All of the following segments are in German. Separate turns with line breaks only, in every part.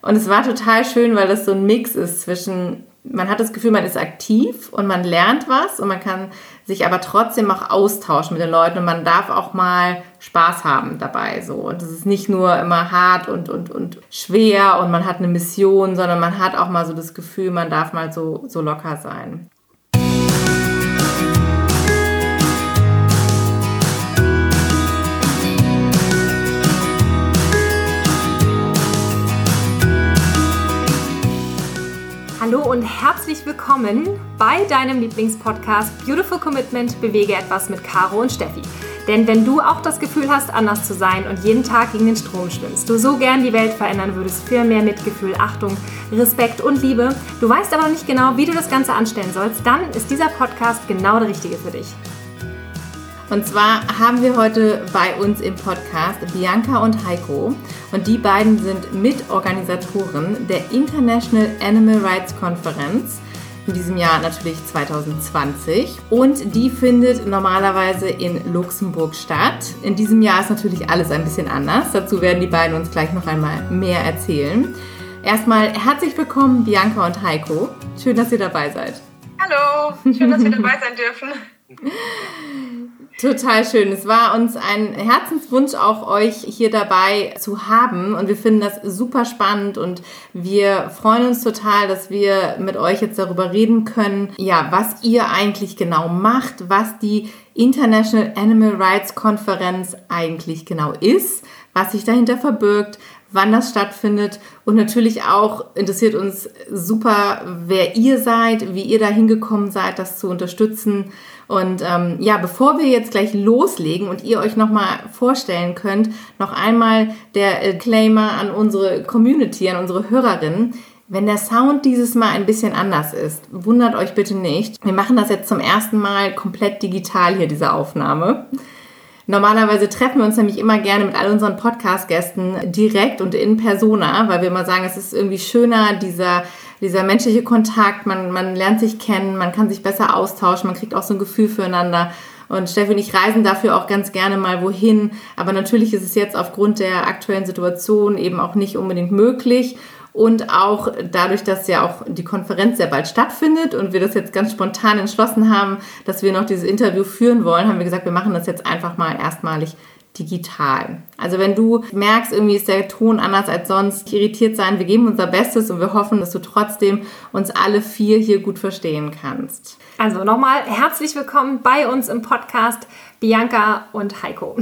Und es war total schön, weil das so ein Mix ist zwischen, man hat das Gefühl, man ist aktiv und man lernt was und man kann sich aber trotzdem auch austauschen mit den Leuten und man darf auch mal Spaß haben dabei. So. Und es ist nicht nur immer hart und schwer und man hat eine Mission, sondern man hat auch mal so das Gefühl, man darf mal so locker sein.
Hallo und herzlich willkommen bei deinem Lieblingspodcast Beautiful Commitment – Bewege etwas mit Caro und Steffi. Denn wenn du auch das Gefühl hast, anders zu sein und jeden Tag gegen den Strom schwimmst, du so gern die Welt verändern würdest für mehr Mitgefühl, Achtung, Respekt und Liebe, du weißt aber noch nicht genau, wie du das Ganze anstellen sollst, dann ist dieser Podcast genau der richtige für dich.
Und zwar haben wir heute bei uns im Podcast Bianca und Heiko und die beiden sind Mitorganisatoren der International Animal Rights Conference, in diesem Jahr natürlich 2020 und die findet normalerweise in Luxemburg statt. In diesem Jahr ist natürlich alles ein bisschen anders, dazu werden die beiden uns gleich noch einmal mehr erzählen. Erstmal herzlich willkommen Bianca und Heiko, schön, dass ihr dabei seid.
Hallo, schön, dass wir dabei sein dürfen.
Total schön. Es war uns ein Herzenswunsch, auch euch hier dabei zu haben und wir finden das super spannend und wir freuen uns total, dass wir mit euch jetzt darüber reden können, ja, was ihr eigentlich genau macht, was die International Animal Rights Conference eigentlich genau ist, was sich dahinter verbirgt, wann das stattfindet und natürlich auch interessiert uns super, wer ihr seid, wie ihr da hingekommen seid, das zu unterstützen. Und bevor wir jetzt gleich loslegen und ihr euch nochmal vorstellen könnt, noch einmal der Disclaimer an unsere Community, an unsere Hörerinnen. Wenn der Sound dieses Mal ein bisschen anders ist, wundert euch bitte nicht. Wir machen das jetzt zum ersten Mal komplett digital hier, diese Aufnahme. Normalerweise treffen wir uns nämlich immer gerne mit all unseren Podcast-Gästen direkt und in persona, weil wir immer sagen, es ist irgendwie schöner, dieser menschliche Kontakt, man lernt sich kennen, man kann sich besser austauschen, man kriegt auch so ein Gefühl füreinander. Und Steffi und ich reisen dafür auch ganz gerne mal wohin, aber natürlich ist es jetzt aufgrund der aktuellen Situation eben auch nicht unbedingt möglich. Und auch dadurch, dass ja auch die Konferenz sehr bald stattfindet und wir das jetzt ganz spontan entschlossen haben, dass wir noch dieses Interview führen wollen, haben wir gesagt, wir machen das jetzt einfach mal erstmalig digital. Also wenn du merkst, irgendwie ist der Ton anders als sonst, irritiert sein, wir geben unser Bestes und wir hoffen, dass du trotzdem uns alle vier hier gut verstehen kannst.
Also nochmal herzlich willkommen bei uns im Podcast Bianca und Heiko.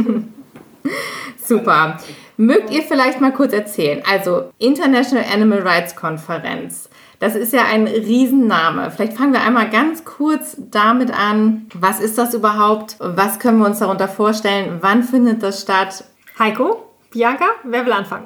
Super. Mögt ihr vielleicht mal kurz erzählen? Also International Animal Rights Conference, das ist ja ein Riesenname. Vielleicht fangen wir einmal ganz kurz damit an. Was ist das überhaupt? Was können wir uns darunter vorstellen? Wann findet das statt?
Heiko, Bianca, wer will anfangen?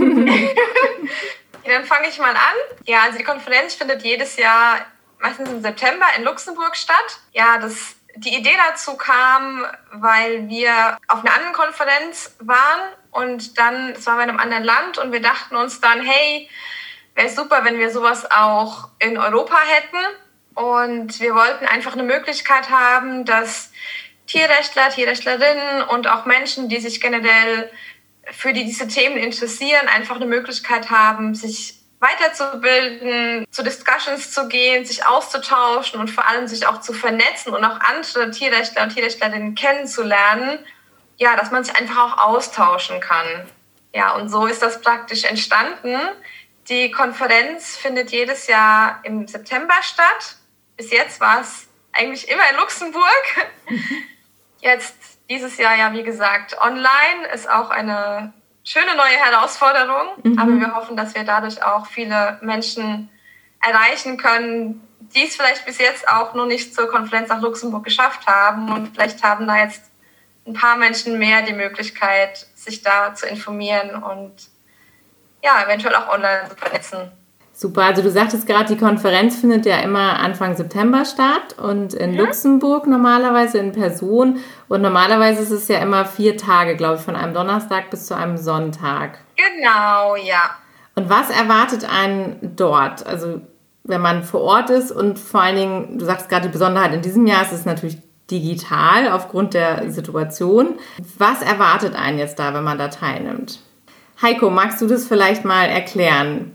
Dann fange ich mal an. Ja, also die Konferenz findet jedes Jahr meistens im September in Luxemburg statt. Ja, die Idee dazu kam, weil wir auf einer anderen Konferenz waren und dann, es war bei einem anderen Land und wir dachten uns dann, hey, wäre super, wenn wir sowas auch in Europa hätten. Und wir wollten einfach eine Möglichkeit haben, dass Tierrechtler, Tierrechtlerinnen und auch Menschen, die sich generell für diese Themen interessieren, einfach eine Möglichkeit haben, sich weiterzubilden, zu Discussions zu gehen, sich auszutauschen und vor allem sich auch zu vernetzen und auch andere Tierrechtler und Tierrechtlerinnen kennenzulernen. Ja, dass man sich einfach auch austauschen kann. Ja, und so ist das praktisch entstanden. Die Konferenz findet jedes Jahr im September statt. Bis jetzt war es eigentlich immer in Luxemburg. Jetzt dieses Jahr ja, wie gesagt, online ist auch eine schöne neue Herausforderung. Aber wir hoffen, dass wir dadurch auch viele Menschen erreichen können, die es vielleicht bis jetzt auch noch nicht zur Konferenz nach Luxemburg geschafft haben. Und vielleicht haben da jetzt ein paar Menschen mehr die Möglichkeit, sich da zu informieren und ja, eventuell auch online zu vernetzen.
Super, also du sagtest gerade, die Konferenz findet ja immer Anfang September statt und in Luxemburg normalerweise in Person. Und normalerweise ist es ja immer 4 Tage, glaube ich, von einem Donnerstag bis zu einem Sonntag.
Genau, ja.
Und was erwartet einen dort? Also wenn man vor Ort ist und vor allen Dingen, du sagst gerade die Besonderheit in diesem Jahr, ist es natürlich digital aufgrund der Situation. Was erwartet einen jetzt da, wenn man da teilnimmt? Heiko, magst du das vielleicht mal erklären?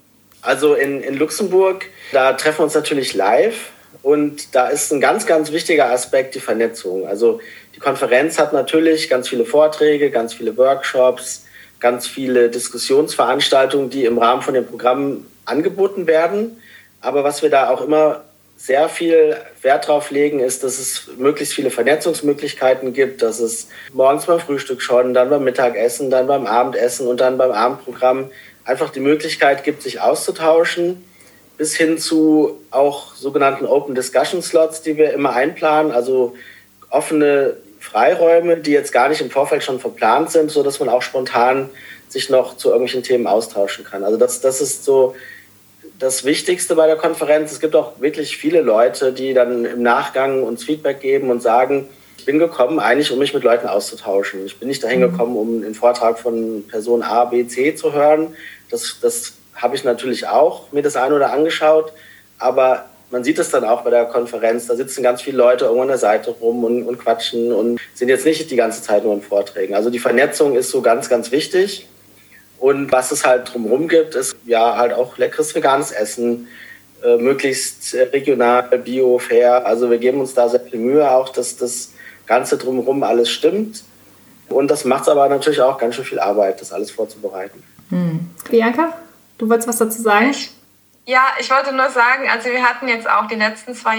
Also in Luxemburg, da treffen wir uns natürlich live und da ist ein ganz, ganz wichtiger Aspekt die Vernetzung. Also die Konferenz hat natürlich ganz viele Vorträge, ganz viele Workshops, ganz viele Diskussionsveranstaltungen, die im Rahmen von den Programmen angeboten werden. Aber was wir da auch immer sehr viel Wert drauf legen, ist, dass es möglichst viele Vernetzungsmöglichkeiten gibt, dass es morgens beim Frühstück schon, dann beim Mittagessen, dann beim Abendessen und dann beim Abendprogramm einfach die Möglichkeit gibt, sich auszutauschen, bis hin zu auch sogenannten Open Discussion Slots, die wir immer einplanen, also offene Freiräume, die jetzt gar nicht im Vorfeld schon verplant sind, sodass man auch spontan sich noch zu irgendwelchen Themen austauschen kann. Also das ist so das Wichtigste bei der Konferenz. Es gibt auch wirklich viele Leute, die dann im Nachgang uns Feedback geben und sagen, ich bin gekommen eigentlich, um mich mit Leuten auszutauschen. Ich bin nicht dahin gekommen, um einen Vortrag von Person A, B, C zu hören. Das habe ich natürlich auch mir das eine oder angeschaut, aber man sieht es dann auch bei der Konferenz, da sitzen ganz viele Leute irgendwo an der Seite rum und quatschen und sind jetzt nicht die ganze Zeit nur in Vorträgen. Also die Vernetzung ist so ganz, ganz wichtig. Und was es halt drumherum gibt, ist ja halt auch leckeres veganes Essen, möglichst regional, bio, fair. Also wir geben uns da sehr viel Mühe auch, dass das Ganze drumherum alles stimmt. Und das macht es aber natürlich auch ganz schön viel Arbeit, das alles vorzubereiten.
Bianca, du wolltest was dazu sagen?
Ja, ich wollte nur sagen, also wir hatten jetzt auch die letzten 2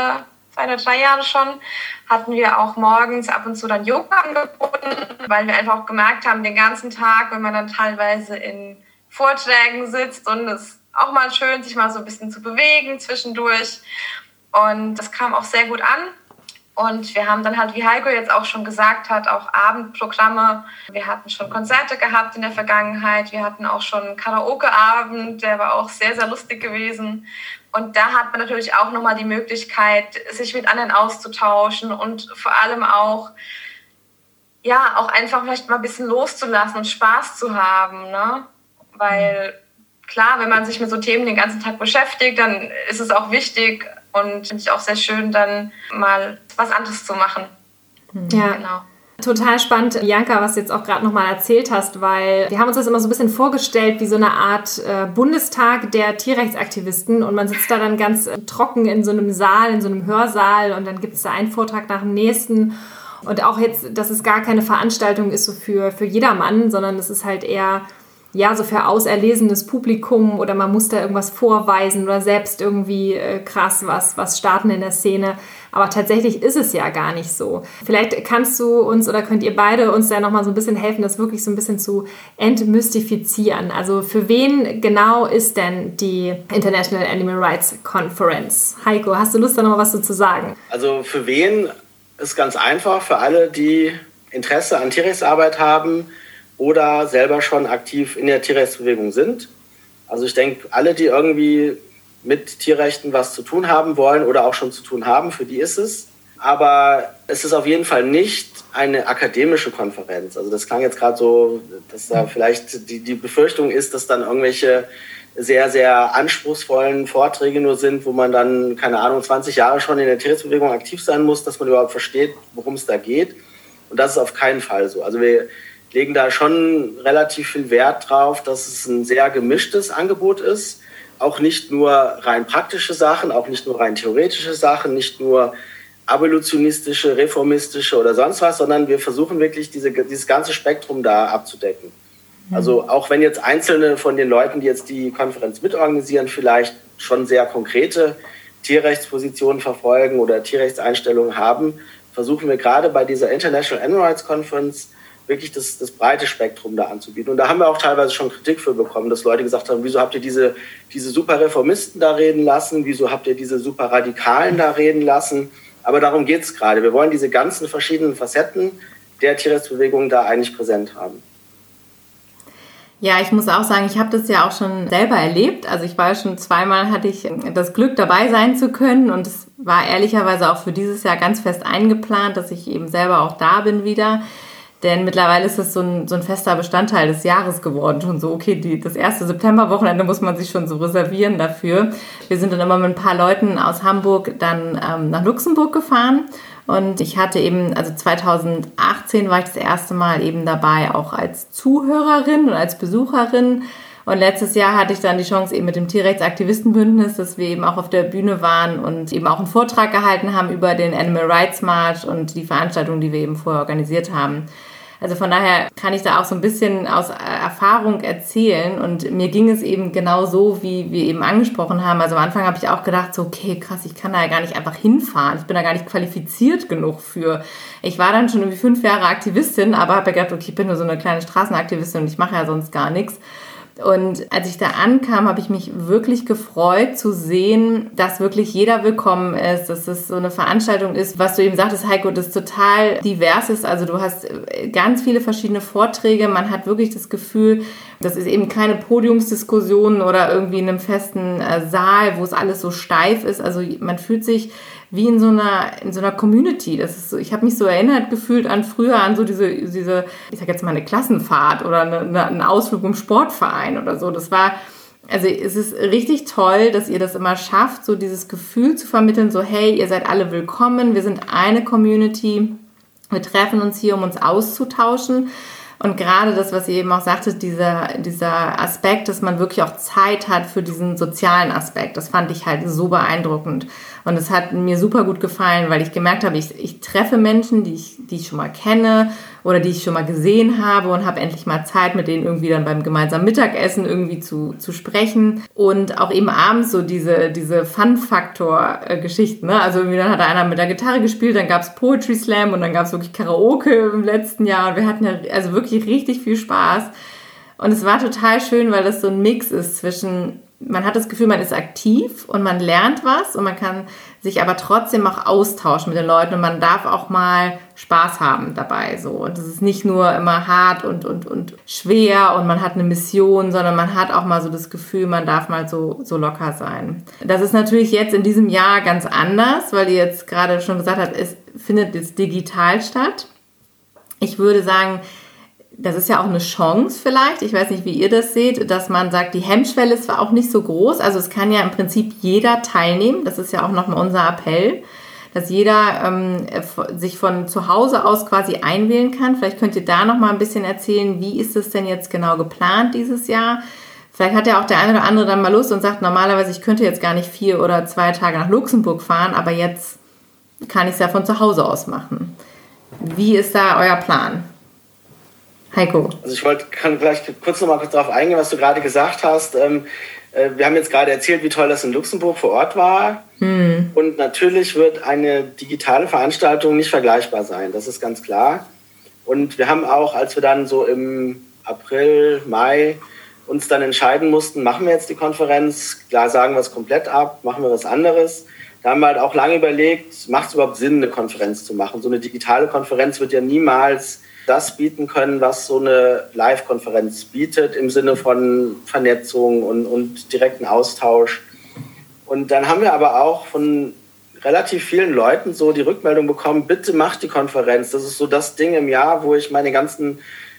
oder 3 Jahre schon, hatten wir auch morgens ab und zu dann Yoga angeboten, weil wir einfach auch gemerkt haben, den ganzen Tag, wenn man dann teilweise in Vorträgen sitzt und es ist auch mal schön, sich mal so ein bisschen zu bewegen zwischendurch. Und das kam auch sehr gut an. Und wir haben dann halt, wie Heiko jetzt auch schon gesagt hat, auch Abendprogramme. Wir hatten schon Konzerte gehabt in der Vergangenheit. Wir hatten auch schon einen Karaoke-Abend, der war auch sehr, sehr lustig gewesen. Und da hat man natürlich auch nochmal die Möglichkeit, sich mit anderen auszutauschen und vor allem auch, ja, auch einfach vielleicht mal ein bisschen loszulassen und Spaß zu haben, ne? Weil klar, wenn man sich mit so Themen den ganzen Tag beschäftigt, dann ist es auch wichtig und finde ich auch sehr schön, dann mal was anderes zu machen.
Ja,
genau.
Total spannend, Bianca, was du jetzt auch gerade nochmal erzählt hast, weil wir haben uns das immer so ein bisschen vorgestellt wie so eine Art Bundestag der Tierrechtsaktivisten und man sitzt da dann ganz trocken in so einem Saal, in so einem Hörsaal und dann gibt es da einen Vortrag nach dem nächsten und auch jetzt, dass es gar keine Veranstaltung ist so für jedermann, sondern es ist halt eher ja, so für auserlesenes Publikum oder man muss da irgendwas vorweisen oder selbst irgendwie krass was starten in der Szene. Aber tatsächlich ist es ja gar nicht so. Vielleicht kannst du uns oder könnt ihr beide uns da nochmal so ein bisschen helfen, das wirklich so ein bisschen zu entmystifizieren. Also für wen genau ist denn die International Animal Rights Conference? Heiko, hast du Lust, da noch mal was zu sagen?
Also für wen ist ganz einfach, für alle, die Interesse an Tierrechtsarbeit haben, oder selber schon aktiv in der Tierrechtsbewegung sind. Also ich denke, alle, die irgendwie mit Tierrechten was zu tun haben wollen oder auch schon zu tun haben, für die ist es. Aber es ist auf jeden Fall nicht eine akademische Konferenz. Also das klang jetzt gerade so, dass da vielleicht die Befürchtung ist, dass dann irgendwelche sehr, sehr anspruchsvollen Vorträge nur sind, wo man dann, keine Ahnung, 20 Jahre schon in der Tierrechtsbewegung aktiv sein muss, dass man überhaupt versteht, worum es da geht. Und das ist auf keinen Fall so. Also wir legen da schon relativ viel Wert drauf, dass es ein sehr gemischtes Angebot ist. Auch nicht nur rein praktische Sachen, auch nicht nur rein theoretische Sachen, nicht nur abolitionistische, reformistische oder sonst was, sondern wir versuchen wirklich dieses ganze Spektrum da abzudecken. Also auch wenn jetzt einzelne von den Leuten, die jetzt die Konferenz mitorganisieren, vielleicht schon sehr konkrete Tierrechtspositionen verfolgen oder Tierrechtseinstellungen haben, versuchen wir gerade bei dieser International Animal Rights Conference wirklich das breite Spektrum da anzubieten. Und da haben wir auch teilweise schon Kritik für bekommen, dass Leute gesagt haben, wieso habt ihr diese super Reformisten da reden lassen, wieso habt ihr diese super Radikalen da reden lassen. Aber darum geht es gerade. Wir wollen diese ganzen verschiedenen Facetten der Tierrechtsbewegung da eigentlich präsent haben.
Ja, ich muss auch sagen, ich habe das ja auch schon selber erlebt. Also ich war schon zweimal, hatte ich das Glück, dabei sein zu können. Und es war ehrlicherweise auch für dieses Jahr ganz fest eingeplant, dass ich eben selber auch da bin wieder. Denn mittlerweile ist es so ein fester Bestandteil des Jahres geworden. Schon so, okay, das erste Septemberwochenende muss man sich schon so reservieren dafür. Wir sind dann immer mit ein paar Leuten aus Hamburg dann nach Luxemburg gefahren. Und ich hatte eben, also 2018 war ich das erste Mal eben dabei, auch als Zuhörerin und als Besucherin. Und letztes Jahr hatte ich dann die Chance eben mit dem Tierrechtsaktivistenbündnis, dass wir eben auch auf der Bühne waren und eben auch einen Vortrag gehalten haben über den Animal Rights March und die Veranstaltung, die wir eben vorher organisiert haben. Also von daher kann ich da auch so ein bisschen aus Erfahrung erzählen und mir ging es eben genau so, wie wir eben angesprochen haben. Also am Anfang habe ich auch gedacht, so okay, krass, ich kann da ja gar nicht einfach hinfahren. Ich bin da gar nicht qualifiziert genug für. Ich war dann schon irgendwie 5 Jahre Aktivistin, aber habe ja gedacht, okay, ich bin nur so eine kleine Straßenaktivistin und ich mache ja sonst gar nichts. Und als ich da ankam, habe ich mich wirklich gefreut zu sehen, dass wirklich jeder willkommen ist, dass es so eine Veranstaltung ist, was du eben sagtest, Heiko, das total divers ist. Also du hast ganz viele verschiedene Vorträge. Man hat wirklich das Gefühl, das ist eben keine Podiumsdiskussion oder irgendwie in einem festen Saal, wo es alles so steif ist. Also man fühlt sich wie in so einer Community. Das ist so, ich habe mich so erinnert gefühlt an früher, an so diese, ich sag jetzt mal eine Klassenfahrt oder einen Ausflug im Sportverein oder so. Das war, also es ist richtig toll, dass ihr das immer schafft, so dieses Gefühl zu vermitteln, so hey, ihr seid alle willkommen, wir sind eine Community, wir treffen uns hier, um uns auszutauschen. Und gerade das, was ihr eben auch sagtet, dieser Aspekt, dass man wirklich auch Zeit hat für diesen sozialen Aspekt, das fand ich halt so beeindruckend. Und es hat mir super gut gefallen, weil ich gemerkt habe, ich treffe Menschen, die ich schon mal kenne oder die ich schon mal gesehen habe und habe endlich mal Zeit, mit denen irgendwie dann beim gemeinsamen Mittagessen irgendwie zu sprechen. Und auch eben abends so diese Fun-Faktor-Geschichten. Ne? Also irgendwie dann hat einer mit der Gitarre gespielt, dann gab es Poetry Slam und dann gab es wirklich Karaoke im letzten Jahr. Und wir hatten ja also wirklich richtig viel Spaß. Und es war total schön, weil das so ein Mix ist zwischen, man hat das Gefühl, man ist aktiv und man lernt was und man kann sich aber trotzdem auch austauschen mit den Leuten und man darf auch mal Spaß haben dabei. So. Und es ist nicht nur immer hart und schwer und man hat eine Mission, sondern man hat auch mal so das Gefühl, man darf mal so locker sein. Das ist natürlich jetzt in diesem Jahr ganz anders, weil ihr jetzt gerade schon gesagt habt, es findet jetzt digital statt. Ich würde sagen, das ist ja auch eine Chance vielleicht, ich weiß nicht, wie ihr das seht, dass man sagt, die Hemmschwelle ist zwar auch nicht so groß, also es kann ja im Prinzip jeder teilnehmen, das ist ja auch nochmal unser Appell, dass jeder sich von zu Hause aus quasi einwählen kann. Vielleicht könnt ihr da nochmal ein bisschen erzählen, wie ist es denn jetzt genau geplant dieses Jahr? Vielleicht hat ja auch der eine oder andere dann mal Lust und sagt, normalerweise, ich könnte jetzt gar nicht 4 oder 2 Tage nach Luxemburg fahren, aber jetzt kann ich es ja von zu Hause aus machen. Wie ist da euer Plan? Heiko.
Also ich kann gleich kurz darauf eingehen, was du gerade gesagt hast. Wir haben jetzt gerade erzählt, wie toll das in Luxemburg vor Ort war. Und natürlich wird eine digitale Veranstaltung nicht vergleichbar sein, das ist ganz klar. Und wir haben auch, als wir dann so im April, Mai uns dann entscheiden mussten, machen wir jetzt die Konferenz, klar sagen wir es komplett ab, machen wir was anderes. Da haben wir halt auch lange überlegt, macht es überhaupt Sinn, eine Konferenz zu machen? So eine digitale Konferenz wird ja niemals das bieten können, was so eine Live-Konferenz bietet, im Sinne von Vernetzung und direkten Austausch. Und dann haben wir aber auch von relativ vielen Leuten so die Rückmeldung bekommen, bitte macht die Konferenz. Das ist so das Ding im Jahr, wo ich meine ganzen,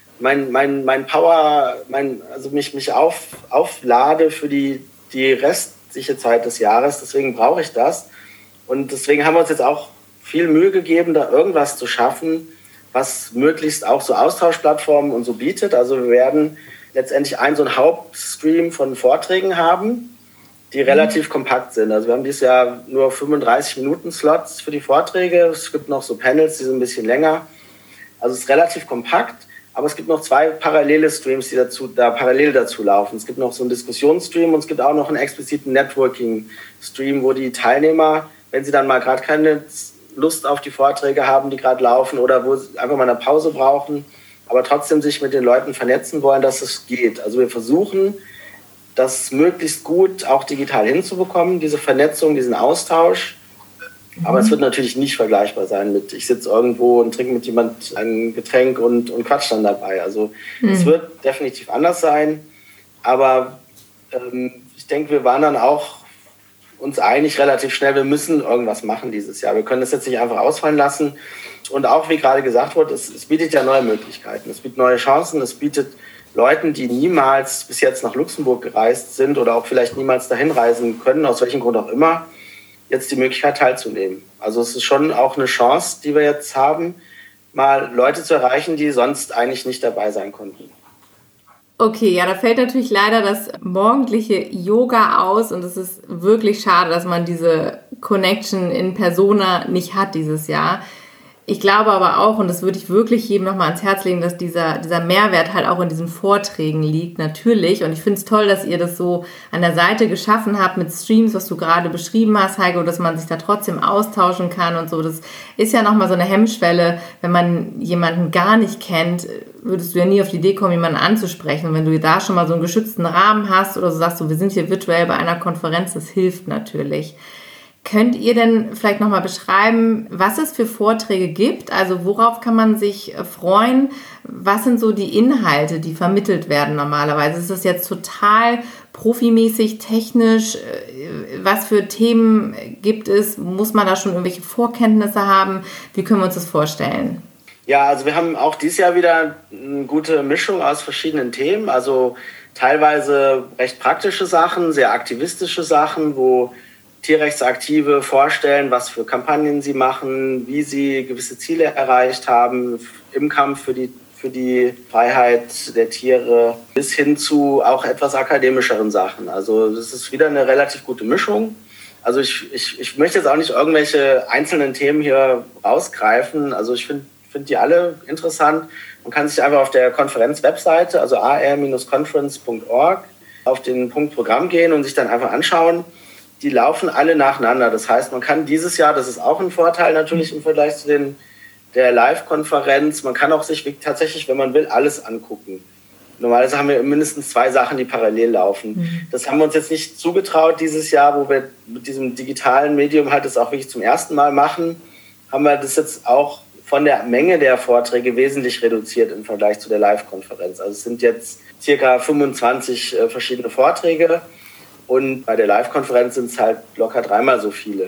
mein Power, mich auflade für die restliche Zeit des Jahres. Deswegen brauche ich das. Und deswegen haben wir uns jetzt auch viel Mühe gegeben, da irgendwas zu schaffen, was möglichst auch so Austauschplattformen und so bietet. Also wir werden letztendlich so einen Hauptstream von Vorträgen haben, die relativ kompakt sind. Also wir haben dieses Jahr nur 35-Minuten-Slots für die Vorträge. Es gibt noch so Panels, die sind ein bisschen länger. Also es ist relativ kompakt, aber es gibt noch 2 parallele Streams, die parallel dazu laufen. Es gibt noch so einen Diskussionsstream und es gibt auch noch einen expliziten Networking-Stream, wo die Teilnehmer, wenn sie dann mal gerade keine Lust auf die Vorträge haben, die gerade laufen oder wo sie einfach mal eine Pause brauchen, aber trotzdem sich mit den Leuten vernetzen wollen, dass es geht. Also wir versuchen, das möglichst gut auch digital hinzubekommen, diese Vernetzung, diesen Austausch. Aber es wird natürlich nicht vergleichbar sein mit, ich sitze irgendwo und trinke mit jemand ein Getränk und quatsch dann dabei. Also es wird definitiv anders sein. Aber ich denke, wir waren dann auch uns einig relativ schnell, wir müssen irgendwas machen dieses Jahr. Wir können das jetzt nicht einfach ausfallen lassen. Und auch, wie gerade gesagt wurde, es bietet ja neue Möglichkeiten. Es bietet neue Chancen. Es bietet Leuten, die niemals bis jetzt nach Luxemburg gereist sind oder auch vielleicht niemals dahin reisen können, aus welchem Grund auch immer, jetzt die Möglichkeit teilzunehmen. Also es ist schon auch eine Chance, die wir jetzt haben, mal Leute zu erreichen, die sonst eigentlich nicht dabei sein konnten.
Okay, ja, da fällt natürlich leider das morgendliche Yoga aus und es ist wirklich schade, dass man diese Connection in Persona nicht hat dieses Jahr. Ich glaube aber auch, und das würde ich wirklich jedem nochmal ans Herz legen, dass dieser Mehrwert halt auch in diesen Vorträgen liegt, natürlich. Und ich finde es toll, dass ihr das so an der Seite geschaffen habt mit Streams, was du gerade beschrieben hast, Heiko, dass man sich da trotzdem austauschen kann und so. Das ist ja nochmal so eine Hemmschwelle, wenn man jemanden gar nicht kennt, würdest du ja nie auf die Idee kommen, jemanden anzusprechen. Und wenn du da schon mal so einen geschützten Rahmen hast oder so sagst, so, wir sind hier virtuell bei einer Konferenz, das hilft natürlich. Könnt ihr denn vielleicht nochmal beschreiben, was es für Vorträge gibt? Also worauf kann man sich freuen? Was sind so die Inhalte, die vermittelt werden normalerweise? Ist das jetzt total profimäßig, technisch? Was für Themen gibt es? Muss man da schon irgendwelche Vorkenntnisse haben? Wie können wir uns das vorstellen?
Ja, also wir haben auch dieses Jahr wieder eine gute Mischung aus verschiedenen Themen. Also teilweise recht praktische Sachen, sehr aktivistische Sachen, wo Tierrechtsaktive vorstellen, was für Kampagnen sie machen, wie sie gewisse Ziele erreicht haben im Kampf für die Freiheit der Tiere, bis hin zu auch etwas akademischeren Sachen. Also das ist wieder eine relativ gute Mischung. Also ich möchte jetzt auch nicht irgendwelche einzelnen Themen hier rausgreifen. Also ich finde die alle interessant. Man kann sich einfach auf der Konferenz-Webseite, also ar-conference.org, auf den Punkt Programm gehen und sich dann einfach anschauen. Die laufen alle nacheinander. Das heißt, man kann dieses Jahr, das ist auch ein Vorteil natürlich im Vergleich zu der Live-Konferenz, man kann auch sich tatsächlich, wenn man will, alles angucken. Normalerweise haben wir mindestens 2 Sachen, die parallel laufen. Das haben wir uns jetzt nicht zugetraut dieses Jahr, wo wir mit diesem digitalen Medium halt das auch wirklich zum ersten Mal machen, haben wir das jetzt auch von der Menge der Vorträge wesentlich reduziert im Vergleich zu der Live-Konferenz. Also es sind jetzt circa 25 verschiedene Vorträge. Und bei der Live-Konferenz sind es halt locker 3-mal so viele.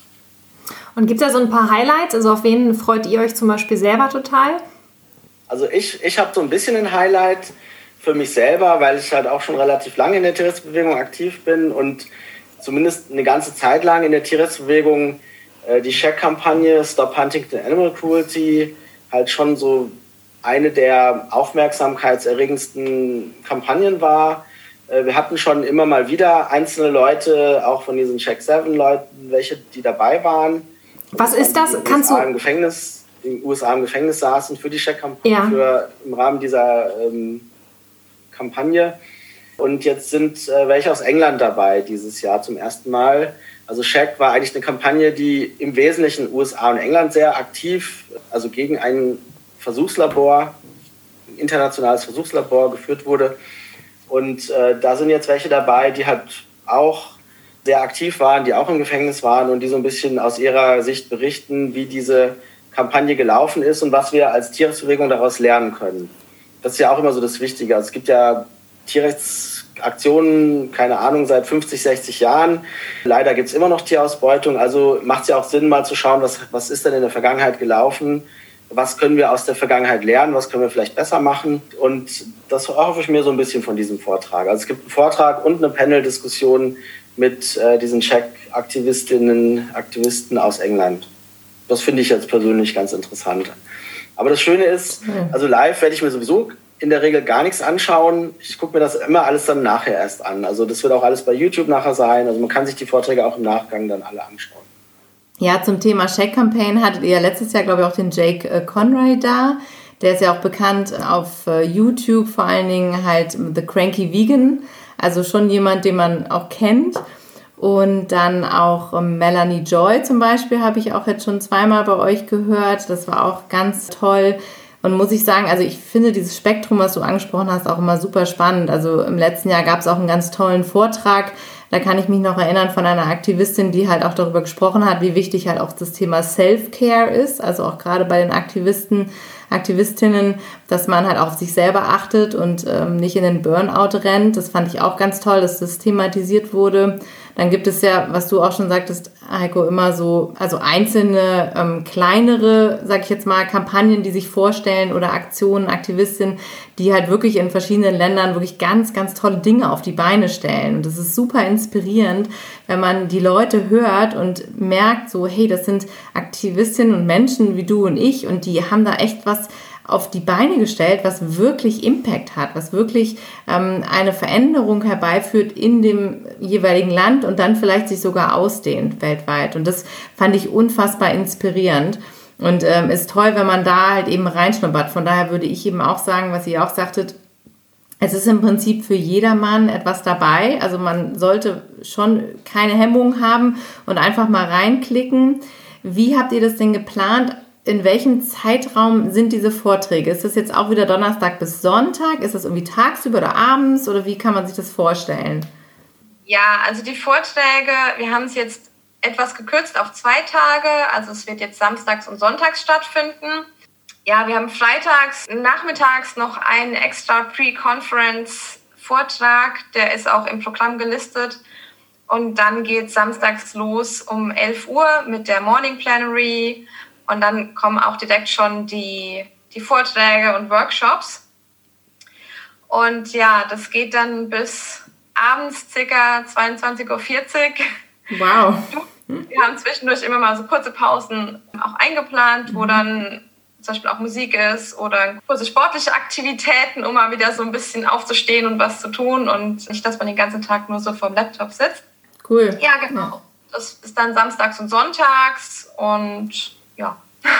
Und gibt es da so ein paar Highlights? Also auf wen freut ihr euch zum Beispiel selber total?
Also ich habe so ein bisschen ein Highlight für mich selber, weil ich halt auch schon relativ lange in der Tierrechtsbewegung aktiv bin und zumindest eine ganze Zeit lang in der Tierrechtsbewegung die Check-Kampagne Stop Huntington Animal Cruelty halt schon so eine der aufmerksamkeitserregendsten Kampagnen war. Wir hatten schon immer mal wieder einzelne Leute, auch von diesen Check-7-Leuten, welche, die dabei waren.
Was ist das? Kannst du...
in den USA im Gefängnis saßen für die Check-Kampagne, im Rahmen dieser Kampagne. Und jetzt sind welche aus England dabei dieses Jahr zum ersten Mal. Also Check war eigentlich eine Kampagne, die im Wesentlichen in USA und England sehr aktiv, also gegen ein Versuchslabor, ein internationales Versuchslabor geführt wurde. Und da sind jetzt welche dabei, die halt auch sehr aktiv waren, die auch im Gefängnis waren und die so ein bisschen aus ihrer Sicht berichten, wie diese Kampagne gelaufen ist und was wir als Tierrechtsbewegung daraus lernen können. Das ist ja auch immer so das Wichtige. Also es gibt ja Tierrechtsaktionen, keine Ahnung, seit 50, 60 Jahren. Leider gibt es immer noch Tierausbeutung. Also macht es ja auch Sinn, mal zu schauen, was ist denn in der Vergangenheit gelaufen. Was können wir aus der Vergangenheit lernen? Was können wir vielleicht besser machen? Und das hoffe ich mir so ein bisschen von diesem Vortrag. Also es gibt einen Vortrag und eine Panel-Diskussion mit diesen Check-Aktivistinnen, Aktivisten aus England. Das finde ich jetzt persönlich ganz interessant. Aber das Schöne ist, also live werde ich mir sowieso in der Regel gar nichts anschauen. Ich gucke mir das immer alles dann nachher erst an. Also das wird auch alles bei YouTube nachher sein. Also man kann sich die Vorträge auch im Nachgang dann alle anschauen.
Ja, zum Thema Check Campaign hattet ihr ja letztes Jahr, glaube ich, auch den Jake Conroy da. Der ist ja auch bekannt auf YouTube, vor allen Dingen halt The Cranky Vegan. Also schon jemand, den man auch kennt. Und dann auch Melanie Joy zum Beispiel habe ich auch jetzt schon 2-mal bei euch gehört. Das war auch ganz toll. Und muss ich sagen, also ich finde dieses Spektrum, was du angesprochen hast, auch immer super spannend. Also im letzten Jahr gab es auch einen ganz tollen Vortrag. Da kann ich mich noch erinnern von einer Aktivistin, die halt auch darüber gesprochen hat, wie wichtig halt auch das Thema Self-Care ist. Also auch gerade bei den Aktivisten Aktivistinnen, dass man halt auf sich selber achtet und nicht in den Burnout rennt. Das fand ich auch ganz toll, dass das thematisiert wurde. Dann gibt es ja, was du auch schon sagtest, Heiko, immer so, also einzelne kleinere, sag ich jetzt mal, Kampagnen, die sich vorstellen oder Aktionen, Aktivistinnen, die halt wirklich in verschiedenen Ländern wirklich ganz, ganz tolle Dinge auf die Beine stellen. Und das ist super inspirierend, wenn man die Leute hört und merkt so, hey, das sind Aktivistinnen und Menschen wie du und ich und die haben da echt was auf die Beine gestellt, was wirklich Impact hat, was wirklich eine Veränderung herbeiführt in dem jeweiligen Land und dann vielleicht sich sogar ausdehnt weltweit. Und das fand ich unfassbar inspirierend und ist toll, wenn man da halt eben reinschnuppert. Von daher würde ich eben auch sagen, was ihr auch sagtet, es ist im Prinzip für jedermann etwas dabei. Also man sollte schon keine Hemmungen haben und einfach mal reinklicken. Wie habt ihr das denn geplant? In welchem Zeitraum sind diese Vorträge? Ist das jetzt auch wieder Donnerstag bis Sonntag? Ist das irgendwie tagsüber oder abends? Oder wie kann man sich das vorstellen?
Ja, also die Vorträge, wir haben es jetzt etwas gekürzt auf 2 Tage. Also es wird jetzt samstags und sonntags stattfinden. Ja, wir haben freitags, nachmittags noch einen extra Pre-Conference-Vortrag. Der ist auch im Programm gelistet. Und dann geht samstags los um 11 Uhr mit der Morning Plenary. Und dann kommen auch direkt schon die Vorträge und Workshops. Und ja, das geht dann bis abends ca. 22.40 Uhr.
Wow.
Wir haben zwischendurch immer mal so kurze Pausen auch eingeplant, wo dann zum Beispiel auch Musik ist oder kurze sportliche Aktivitäten, um mal wieder so ein bisschen aufzustehen und was zu tun und nicht, dass man den ganzen Tag nur so vorm Laptop sitzt.
Cool.
Ja, genau. Ja. Das ist dann samstags und sonntags und ja.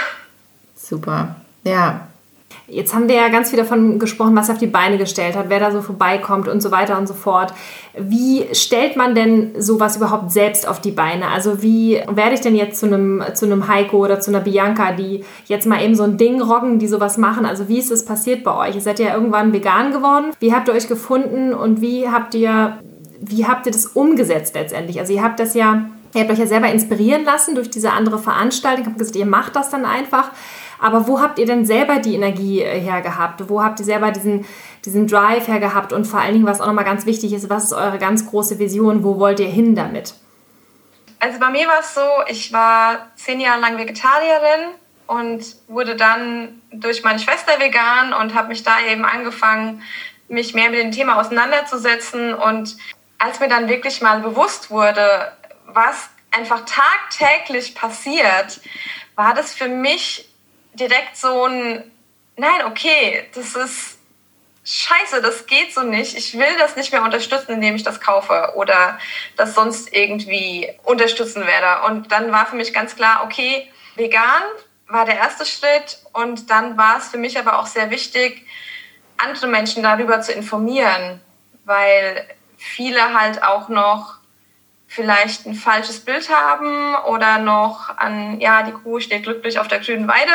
Super, ja.
Jetzt haben wir ja ganz viel davon gesprochen, was er auf die Beine gestellt hat, wer da so vorbeikommt und so weiter und so fort. Wie stellt man denn sowas überhaupt selbst auf die Beine? Also wie werde ich denn jetzt zu einem Heiko oder zu einer Bianca, die jetzt mal eben so ein Ding rocken, die sowas machen? Also wie ist das passiert bei euch? Ihr seid ja irgendwann vegan geworden. Wie habt ihr euch gefunden und wie habt ihr das umgesetzt letztendlich? Also ihr habt euch ja selber inspirieren lassen durch diese andere Veranstaltung. Ich habe gesagt, ihr macht das dann einfach. Aber wo habt ihr denn selber die Energie her gehabt? Wo habt ihr selber diesen Drive her gehabt? Und vor allen Dingen, was auch nochmal ganz wichtig ist, was ist eure ganz große Vision? Wo wollt ihr hin damit?
Also bei mir war es so, ich war 10 Jahre lang Vegetarierin und wurde dann durch meine Schwester vegan und habe mich da eben angefangen, mich mehr mit dem Thema auseinanderzusetzen. Und als mir dann wirklich mal bewusst wurde, was einfach tagtäglich passiert, war das für mich direkt so ein, nein, okay, das ist scheiße, das geht so nicht. Ich will das nicht mehr unterstützen, indem ich das kaufe oder das sonst irgendwie unterstützen werde. Und dann war für mich ganz klar, okay, vegan war der erste Schritt und dann war es für mich aber auch sehr wichtig, andere Menschen darüber zu informieren, weil viele halt auch noch vielleicht ein falsches Bild haben oder noch an, ja, die Kuh steht glücklich auf der grünen Weide,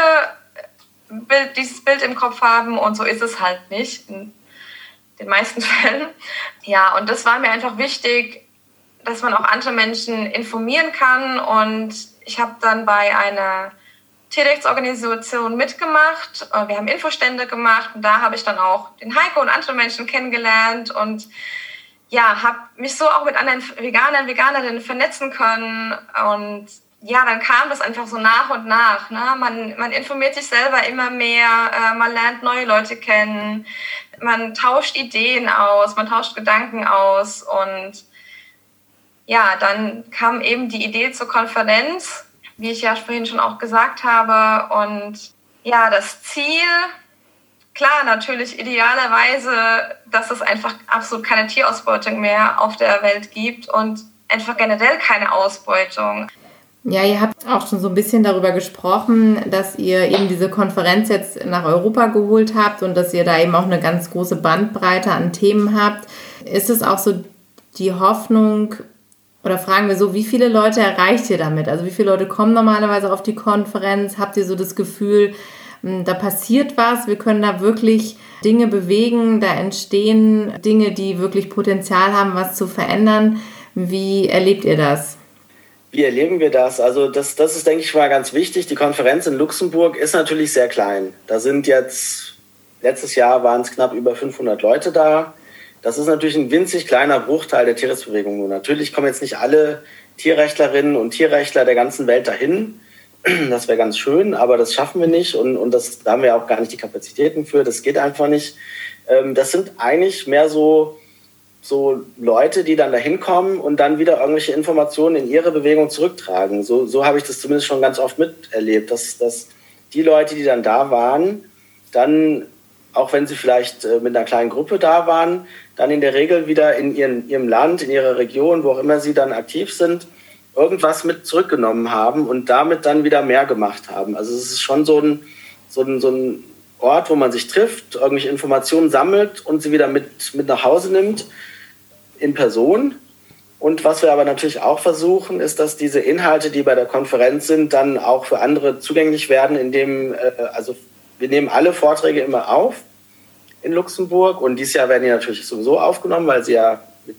dieses Bild im Kopf haben und so ist es halt nicht in den meisten Fällen. Ja, und das war mir einfach wichtig, dass man auch andere Menschen informieren kann und ich habe dann bei einer Tierrechtsorganisation mitgemacht. Wir haben Infostände gemacht und da habe ich dann auch den Heiko und andere Menschen kennengelernt und ja, habe mich so auch mit anderen Veganern, Veganerinnen vernetzen können und ja, dann kam das einfach so nach und nach. Ne? Man informiert sich selber immer mehr, man lernt neue Leute kennen, man tauscht Ideen aus, man tauscht Gedanken aus und ja, dann kam eben die Idee zur Konferenz, wie ich ja vorhin schon auch gesagt habe und ja, das Ziel, klar, natürlich idealerweise, dass es einfach absolut keine Tierausbeutung mehr auf der Welt gibt und einfach generell keine Ausbeutung.
Ja, ihr habt auch schon so ein bisschen darüber gesprochen, dass ihr eben diese Konferenz jetzt nach Europa geholt habt und dass ihr da eben auch eine ganz große Bandbreite an Themen habt. Ist es auch so die Hoffnung, oder fragen wir so, wie viele Leute erreicht ihr damit? Also wie viele Leute kommen normalerweise auf die Konferenz? Habt ihr so das Gefühl, da passiert was, wir können da wirklich Dinge bewegen, da entstehen Dinge, die wirklich Potenzial haben, was zu verändern? Wie erlebt ihr das?
Wie erleben wir das? Also das ist, denke ich, mal ganz wichtig. Die Konferenz in Luxemburg ist natürlich sehr klein. Da sind jetzt, letztes Jahr waren es knapp über 500 Leute da. Das ist natürlich ein winzig kleiner Bruchteil der Tierrechtsbewegung. Nur natürlich kommen jetzt nicht alle Tierrechtlerinnen und Tierrechtler der ganzen Welt dahin. Das wäre ganz schön, aber das schaffen wir nicht und da haben wir auch gar nicht die Kapazitäten für. Das geht einfach nicht. Das sind eigentlich mehr so Leute, die dann da hinkommen und dann wieder irgendwelche Informationen in ihre Bewegung zurücktragen. So habe ich das zumindest schon ganz oft miterlebt, dass die Leute, die dann da waren, dann, auch wenn sie vielleicht mit einer kleinen Gruppe da waren, dann in der Regel wieder in ihrem Land, in ihrer Region, wo auch immer sie dann aktiv sind, irgendwas mit zurückgenommen haben und damit dann wieder mehr gemacht haben. Also es ist schon so ein Ort, wo man sich trifft, irgendwelche Informationen sammelt und sie wieder mit nach Hause nimmt, in Person. Und was wir aber natürlich auch versuchen, ist, dass diese Inhalte, die bei der Konferenz sind, dann auch für andere zugänglich werden, indem, also wir nehmen alle Vorträge immer auf in Luxemburg und dieses Jahr werden die natürlich sowieso aufgenommen, weil sie ja mit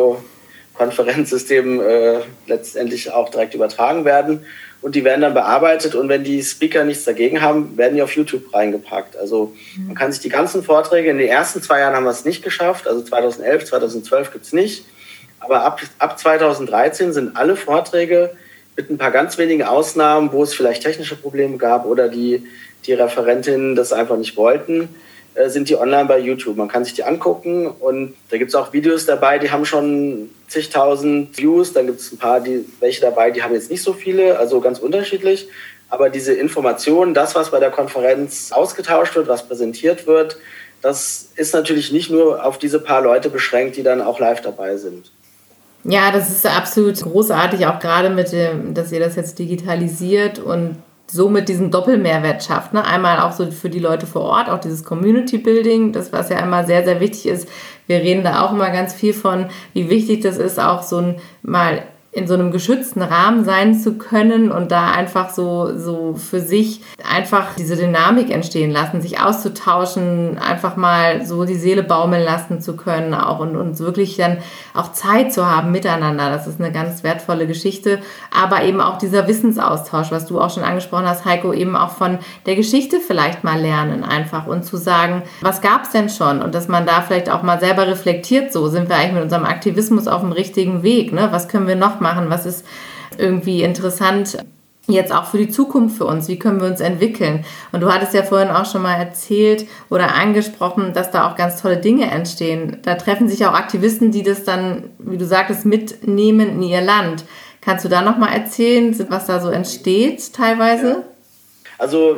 Videokonferenzsystemen letztendlich auch direkt übertragen werden und die werden dann bearbeitet und wenn die Speaker nichts dagegen haben, werden die auf YouTube reingepackt. Also man kann sich die ganzen Vorträge, in den ersten 2 Jahren haben wir es nicht geschafft, also 2011, 2012 gibt es nicht, aber ab 2013 sind alle Vorträge mit ein paar ganz wenigen Ausnahmen, wo es vielleicht technische Probleme gab oder die Referentinnen das einfach nicht wollten, sind die online bei YouTube. Man kann sich die angucken und da gibt es auch Videos dabei, die haben schon zigtausend Views. Dann gibt es ein paar, welche dabei, die haben jetzt nicht so viele, also ganz unterschiedlich. Aber diese Informationen, das, was bei der Konferenz ausgetauscht wird, was präsentiert wird, das ist natürlich nicht nur auf diese paar Leute beschränkt, die dann auch live dabei sind.
Ja, das ist absolut großartig, auch gerade mit dem, dass ihr das jetzt digitalisiert und somit diesen Doppelmehrwert schafft. Ne? Einmal auch so für die Leute vor Ort, auch dieses Community Building, das was ja immer sehr, sehr wichtig ist. Wir reden da auch immer ganz viel von, wie wichtig das ist, auch mal in so einem geschützten Rahmen sein zu können und da einfach so für sich einfach diese Dynamik entstehen lassen, sich auszutauschen, einfach mal so die Seele baumeln lassen zu können auch und wirklich dann auch Zeit zu haben miteinander. Das ist eine ganz wertvolle Geschichte, aber eben auch dieser Wissensaustausch, was du auch schon angesprochen hast, Heiko, eben auch von der Geschichte vielleicht mal lernen einfach und zu sagen, was gab's denn schon und dass man da vielleicht auch mal selber reflektiert, so sind wir eigentlich mit unserem Aktivismus auf dem richtigen Weg, ne? Was können wir noch machen? Was ist irgendwie interessant jetzt auch für die Zukunft für uns? Wie können wir uns entwickeln? Und du hattest ja vorhin auch schon mal erzählt oder angesprochen, dass da auch ganz tolle Dinge entstehen. Da treffen sich auch Aktivisten, die das dann, wie du sagtest, mitnehmen in ihr Land. Kannst du da nochmal erzählen, was da so entsteht teilweise?
Ja. Also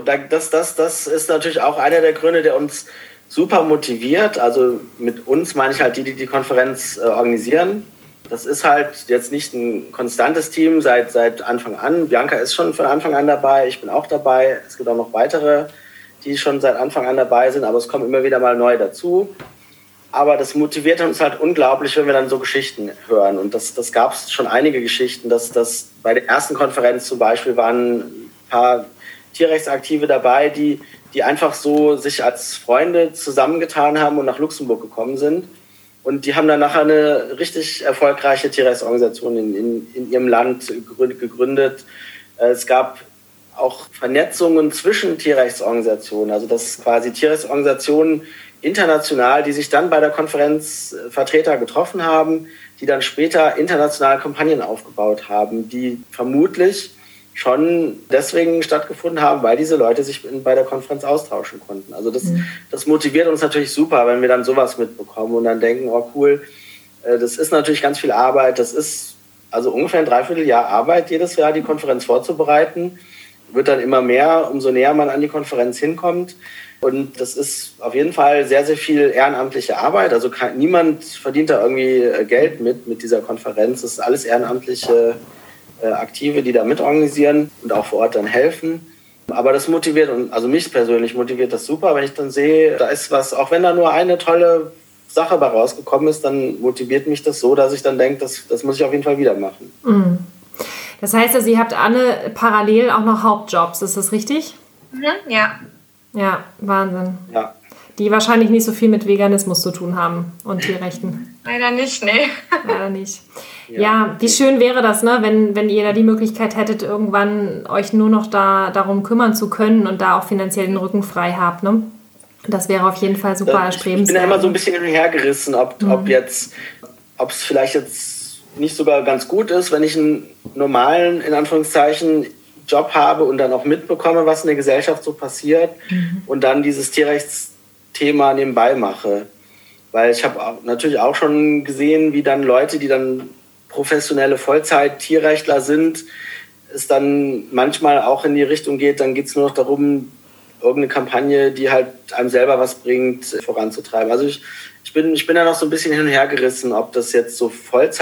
das ist natürlich auch einer der Gründe, der uns super motiviert. Also mit uns meine ich halt die Konferenz organisieren. Das ist halt jetzt nicht ein konstantes Team seit Anfang an. Bianca ist schon von Anfang an dabei, ich bin auch dabei. Es gibt auch noch weitere, die schon seit Anfang an dabei sind, aber es kommen immer wieder mal neue dazu. Aber das motiviert uns halt unglaublich, wenn wir dann so Geschichten hören. Und das gab es schon einige Geschichten, dass bei der ersten Konferenz zum Beispiel waren ein paar Tierrechtsaktive dabei, die einfach so sich als Freunde zusammengetan haben und nach Luxemburg gekommen sind. Und die haben dann nachher eine richtig erfolgreiche Tierrechtsorganisation in ihrem Land gegründet. Es gab auch Vernetzungen zwischen Tierrechtsorganisationen, also dass quasi Tierrechtsorganisationen international, die sich dann bei der Konferenz Vertreter getroffen haben, die dann später internationale Kampagnen aufgebaut haben, die vermutlich schon deswegen stattgefunden haben, weil diese Leute sich bei der Konferenz austauschen konnten. Also das motiviert uns natürlich super, wenn wir dann sowas mitbekommen und dann denken, oh cool, das ist natürlich ganz viel Arbeit, das ist also ungefähr ein Dreivierteljahr Arbeit jedes Jahr, die Konferenz vorzubereiten, wird dann immer mehr, umso näher man an die Konferenz hinkommt. Und das ist auf jeden Fall sehr, sehr viel ehrenamtliche Arbeit. Also niemand verdient da irgendwie Geld mit dieser Konferenz. Das ist alles ehrenamtliche Aktive, die da mitorganisieren und auch vor Ort dann helfen. Aber das motiviert, und also mich persönlich motiviert das super, wenn ich dann sehe, da ist was, auch wenn da nur eine tolle Sache bei rausgekommen ist, dann motiviert mich das so, dass ich dann denke, das muss ich auf jeden Fall wieder machen.
Mhm. Das heißt also, ihr habt alle parallel auch noch Hauptjobs, ist das richtig?
Mhm, ja.
Ja, Wahnsinn.
Ja.
Die wahrscheinlich nicht so viel mit Veganismus zu tun haben und Tierrechten.
Leider nicht, nee.
Leider nicht. Ja, wie schön wäre das, ne, wenn ihr da die Möglichkeit hättet, irgendwann euch nur noch darum kümmern zu können und da auch finanziell den Rücken frei habt, ne? Das wäre auf jeden Fall super erstrebenswert.
Ich bin ja immer so ein bisschen hin und her gerissen, ob es vielleicht jetzt nicht sogar ganz gut ist, wenn ich einen normalen, in Anführungszeichen, Job habe und dann auch mitbekomme, was in der Gesellschaft so passiert und dann dieses Tierrechtsthema nebenbei mache. Weil ich habe natürlich auch schon gesehen, wie dann Leute, die dann professionelle Vollzeit-Tierrechtler sind, es dann manchmal auch in die Richtung geht, dann geht es nur noch darum, irgendeine Kampagne, die halt einem selber was bringt, voranzutreiben. Also ich bin da noch so ein bisschen hin und her gerissen, ob das jetzt so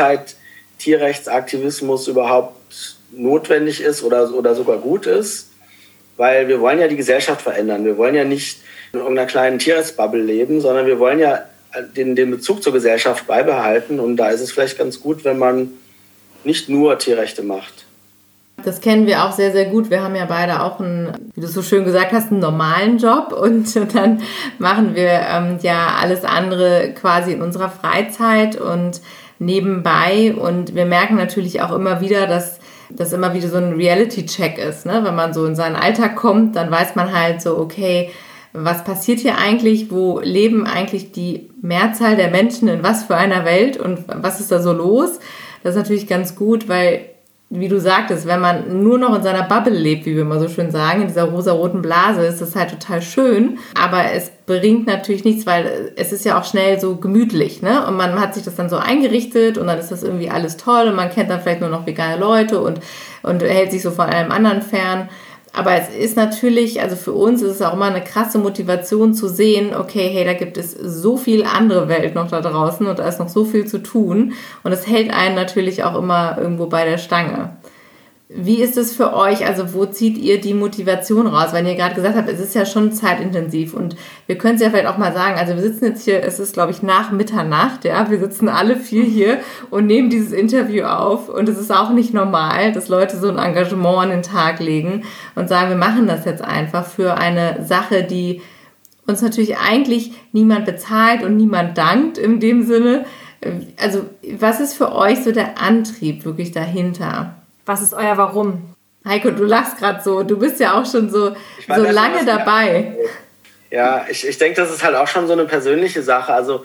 Vollzeit-Tierrechtsaktivismus überhaupt notwendig ist oder sogar gut ist, weil wir wollen ja die Gesellschaft verändern. Wir wollen ja nicht in irgendeiner kleinen Tierrechtsbubble leben, sondern wir wollen ja den Bezug zur Gesellschaft beibehalten und da ist es vielleicht ganz gut, wenn man nicht nur Tierrechte macht.
Das kennen wir auch sehr, sehr gut. Wir haben ja beide auch wie du so schön gesagt hast, einen normalen Job und dann machen wir ja alles andere quasi in unserer Freizeit und nebenbei und wir merken natürlich auch immer wieder, dass das immer wieder so ein Reality-Check ist, ne? Wenn man so in seinen Alltag kommt, dann weiß man halt so, okay, was passiert hier eigentlich? Wo leben eigentlich die Mehrzahl der Menschen in was für einer Welt und was ist da so los? Das ist natürlich ganz gut, weil wie du sagtest, wenn man nur noch in seiner Bubble lebt, wie wir immer so schön sagen, in dieser rosaroten Blase, ist das halt total schön. Aber es bringt natürlich nichts, weil es ist ja auch schnell so gemütlich, ne? Und man hat sich das dann so eingerichtet und dann ist das irgendwie alles toll und man kennt dann vielleicht nur noch vegane Leute und hält sich so von allem anderen fern. Aber es ist natürlich, also für uns ist es auch immer eine krasse Motivation zu sehen, okay, hey, da gibt es so viel andere Welt noch da draußen und da ist noch so viel zu tun. Und es hält einen natürlich auch immer irgendwo bei der Stange. Wie ist es für euch? Also wo zieht ihr die Motivation raus? Wenn ihr gerade gesagt habt, es ist ja schon zeitintensiv und wir können es ja vielleicht auch mal sagen, also wir sitzen jetzt hier, es ist glaube ich nach Mitternacht, ja, wir sitzen alle 4 hier und nehmen dieses Interview auf und es ist auch nicht normal, dass Leute so ein Engagement an den Tag legen und sagen, wir machen das jetzt einfach für eine Sache, die uns natürlich eigentlich niemand bezahlt und niemand dankt in dem Sinne. Also was ist für euch so der Antrieb wirklich dahinter?
Was ist euer Warum?
Heiko, du lachst gerade so. Du bist ja auch schon so lange dabei.
Ja, ich denke, das ist halt auch schon so eine persönliche Sache. Also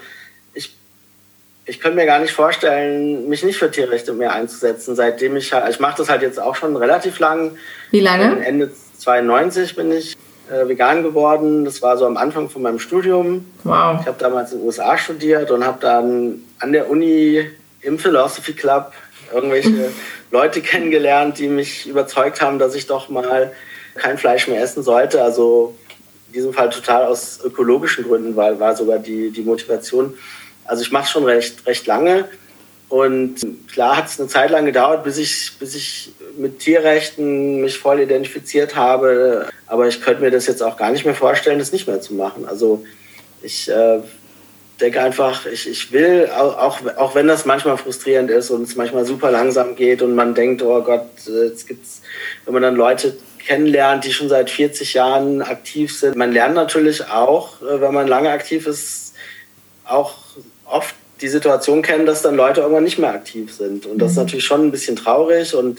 ich könnte mir gar nicht vorstellen, mich nicht für Tierrechte mehr einzusetzen, seitdem ich mache das halt jetzt auch schon relativ lang.
Wie lange?
Ende 92 bin ich vegan geworden. Das war so am Anfang von meinem Studium.
Wow.
Ich habe damals in den USA studiert und habe dann an der Uni im Philosophy Club irgendwelche Leute kennengelernt, die mich überzeugt haben, dass ich doch mal kein Fleisch mehr essen sollte. Also in diesem Fall total aus ökologischen Gründen, weil war sogar die Motivation. Also ich mache es schon recht lange und klar hat es eine Zeit lang gedauert, bis ich mit Tierrechten mich voll identifiziert habe. Aber ich könnte mir das jetzt auch gar nicht mehr vorstellen, das nicht mehr zu machen. Also ich denke einfach, ich will, auch wenn das manchmal frustrierend ist und es manchmal super langsam geht und man denkt, oh Gott, jetzt gibt's, wenn man dann Leute kennenlernt, die schon seit 40 Jahren aktiv sind. Man lernt natürlich auch, wenn man lange aktiv ist, auch oft die Situation kennen, dass dann Leute irgendwann nicht mehr aktiv sind. Und das ist natürlich schon ein bisschen traurig und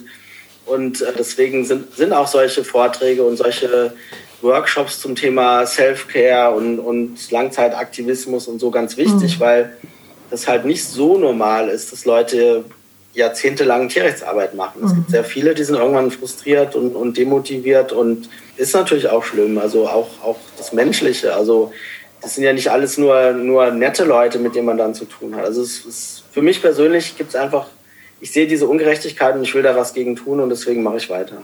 deswegen sind auch solche Vorträge und solche Workshops zum Thema Self-Care und Langzeitaktivismus und so ganz wichtig, weil das halt nicht so normal ist, dass Leute jahrzehntelang Tierrechtsarbeit machen. Es gibt sehr viele, die sind irgendwann frustriert und demotiviert und ist natürlich auch schlimm, also auch das Menschliche. Also das sind ja nicht alles nur nette Leute, mit denen man dann zu tun hat. Also es ist, für mich persönlich gibt es einfach, ich sehe diese Ungerechtigkeit und ich will da was gegen tun und deswegen mache ich weiter.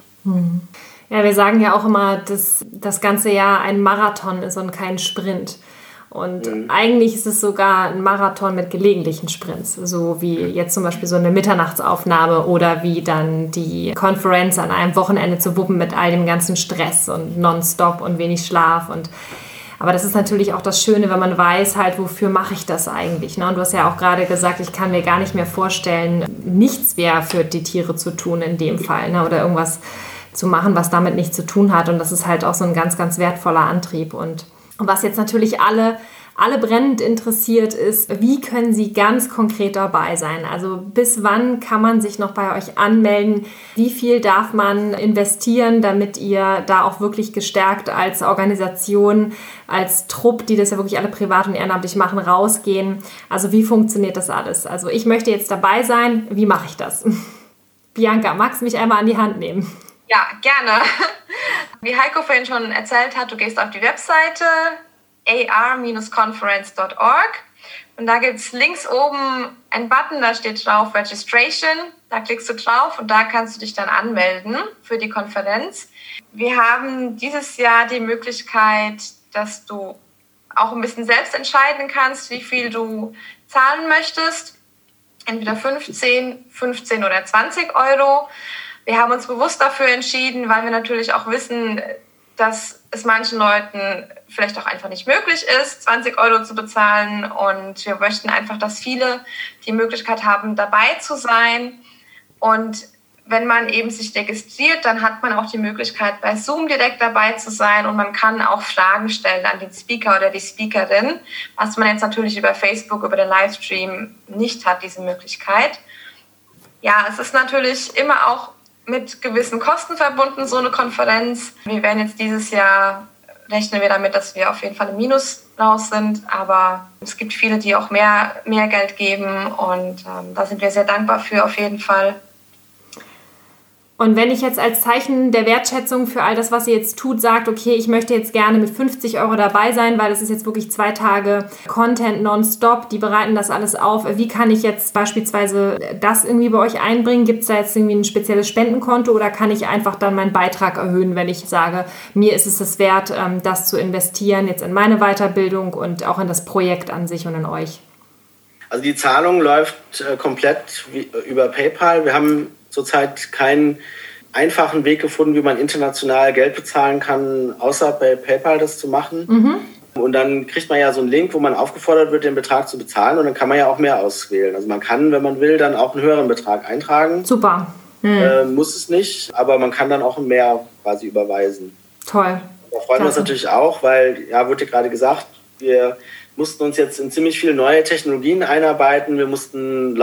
Ja, wir sagen ja auch immer, dass das ganze Jahr ein Marathon ist und kein Sprint. Und eigentlich ist es sogar ein Marathon mit gelegentlichen Sprints, so wie jetzt zum Beispiel so eine Mitternachtsaufnahme oder wie dann die Konferenz an einem Wochenende zu wuppen mit all dem ganzen Stress und nonstop und wenig Schlaf. Aber das ist natürlich auch das Schöne, wenn man weiß halt, wofür mache ich das eigentlich. Ne? Und du hast ja auch gerade gesagt, ich kann mir gar nicht mehr vorstellen, nichts mehr für die Tiere zu tun in dem Fall, ne? Oder irgendwas zu machen, was damit nichts zu tun hat. Und das ist halt auch so ein ganz, ganz wertvoller Antrieb. Und was jetzt natürlich alle alle brennend interessiert ist, wie können Sie ganz konkret dabei sein? Also bis wann kann man sich noch bei euch anmelden? Wie viel darf man investieren, damit ihr da auch wirklich gestärkt als Organisation, als Trupp, die das ja wirklich alle privat und ehrenamtlich machen, rausgehen? Also wie funktioniert das alles? Also ich möchte jetzt dabei sein. Wie mache ich das? Bianca, magst du mich einmal an die Hand nehmen?
Ja, gerne. Wie Heiko vorhin schon erzählt hat, du gehst auf die Webseite ar-conference.org und da gibt es links oben einen Button, da steht drauf Registration. Da klickst du drauf und da kannst du dich dann anmelden für die Konferenz. Wir haben dieses Jahr die Möglichkeit, dass du auch ein bisschen selbst entscheiden kannst, wie viel du zahlen möchtest. Entweder 15 oder 20 Euro. Wir haben uns bewusst dafür entschieden, weil wir natürlich auch wissen, dass es manchen Leuten vielleicht auch einfach nicht möglich ist, 20 Euro zu bezahlen. Und wir möchten einfach, dass viele die Möglichkeit haben, dabei zu sein. Und wenn man eben sich registriert, dann hat man auch die Möglichkeit, bei Zoom direkt dabei zu sein. Und man kann auch Fragen stellen an den Speaker oder die Speakerin, was man jetzt natürlich über Facebook, über den Livestream nicht hat, diese Möglichkeit. Ja, es ist natürlich immer auch mit gewissen Kosten verbunden, so eine Konferenz. Wir werden jetzt dieses Jahr, rechnen wir damit, dass wir auf jeden Fall im Minus raus sind, aber es gibt viele, die auch mehr Geld geben und da sind wir sehr dankbar für auf jeden Fall.
Und wenn ich jetzt als Zeichen der Wertschätzung für all das, was ihr jetzt tut, sagt, okay, ich möchte jetzt gerne mit 50 Euro dabei sein, weil es ist jetzt wirklich 2 Tage Content nonstop, die bereiten das alles auf. Wie kann ich jetzt beispielsweise das irgendwie bei euch einbringen? Gibt es da jetzt irgendwie ein spezielles Spendenkonto oder kann ich einfach dann meinen Beitrag erhöhen, wenn ich sage, mir ist es wert, das zu investieren, jetzt in meine Weiterbildung und auch in das Projekt an sich und in euch?
Also die Zahlung läuft komplett über PayPal. Wir haben zurzeit keinen einfachen Weg gefunden, wie man international Geld bezahlen kann, außer bei PayPal das zu machen. Mhm. Und dann kriegt man ja so einen Link, wo man aufgefordert wird, den Betrag zu bezahlen. Und dann kann man ja auch mehr auswählen. Also man kann, wenn man will, dann auch einen höheren Betrag eintragen.
Super.
Muss es nicht, aber man kann dann auch mehr quasi überweisen.
Toll.
Da freuen wir uns natürlich auch, weil, ja, wurde gerade gesagt, wir mussten uns jetzt in ziemlich viele neue Technologien einarbeiten. Wir mussten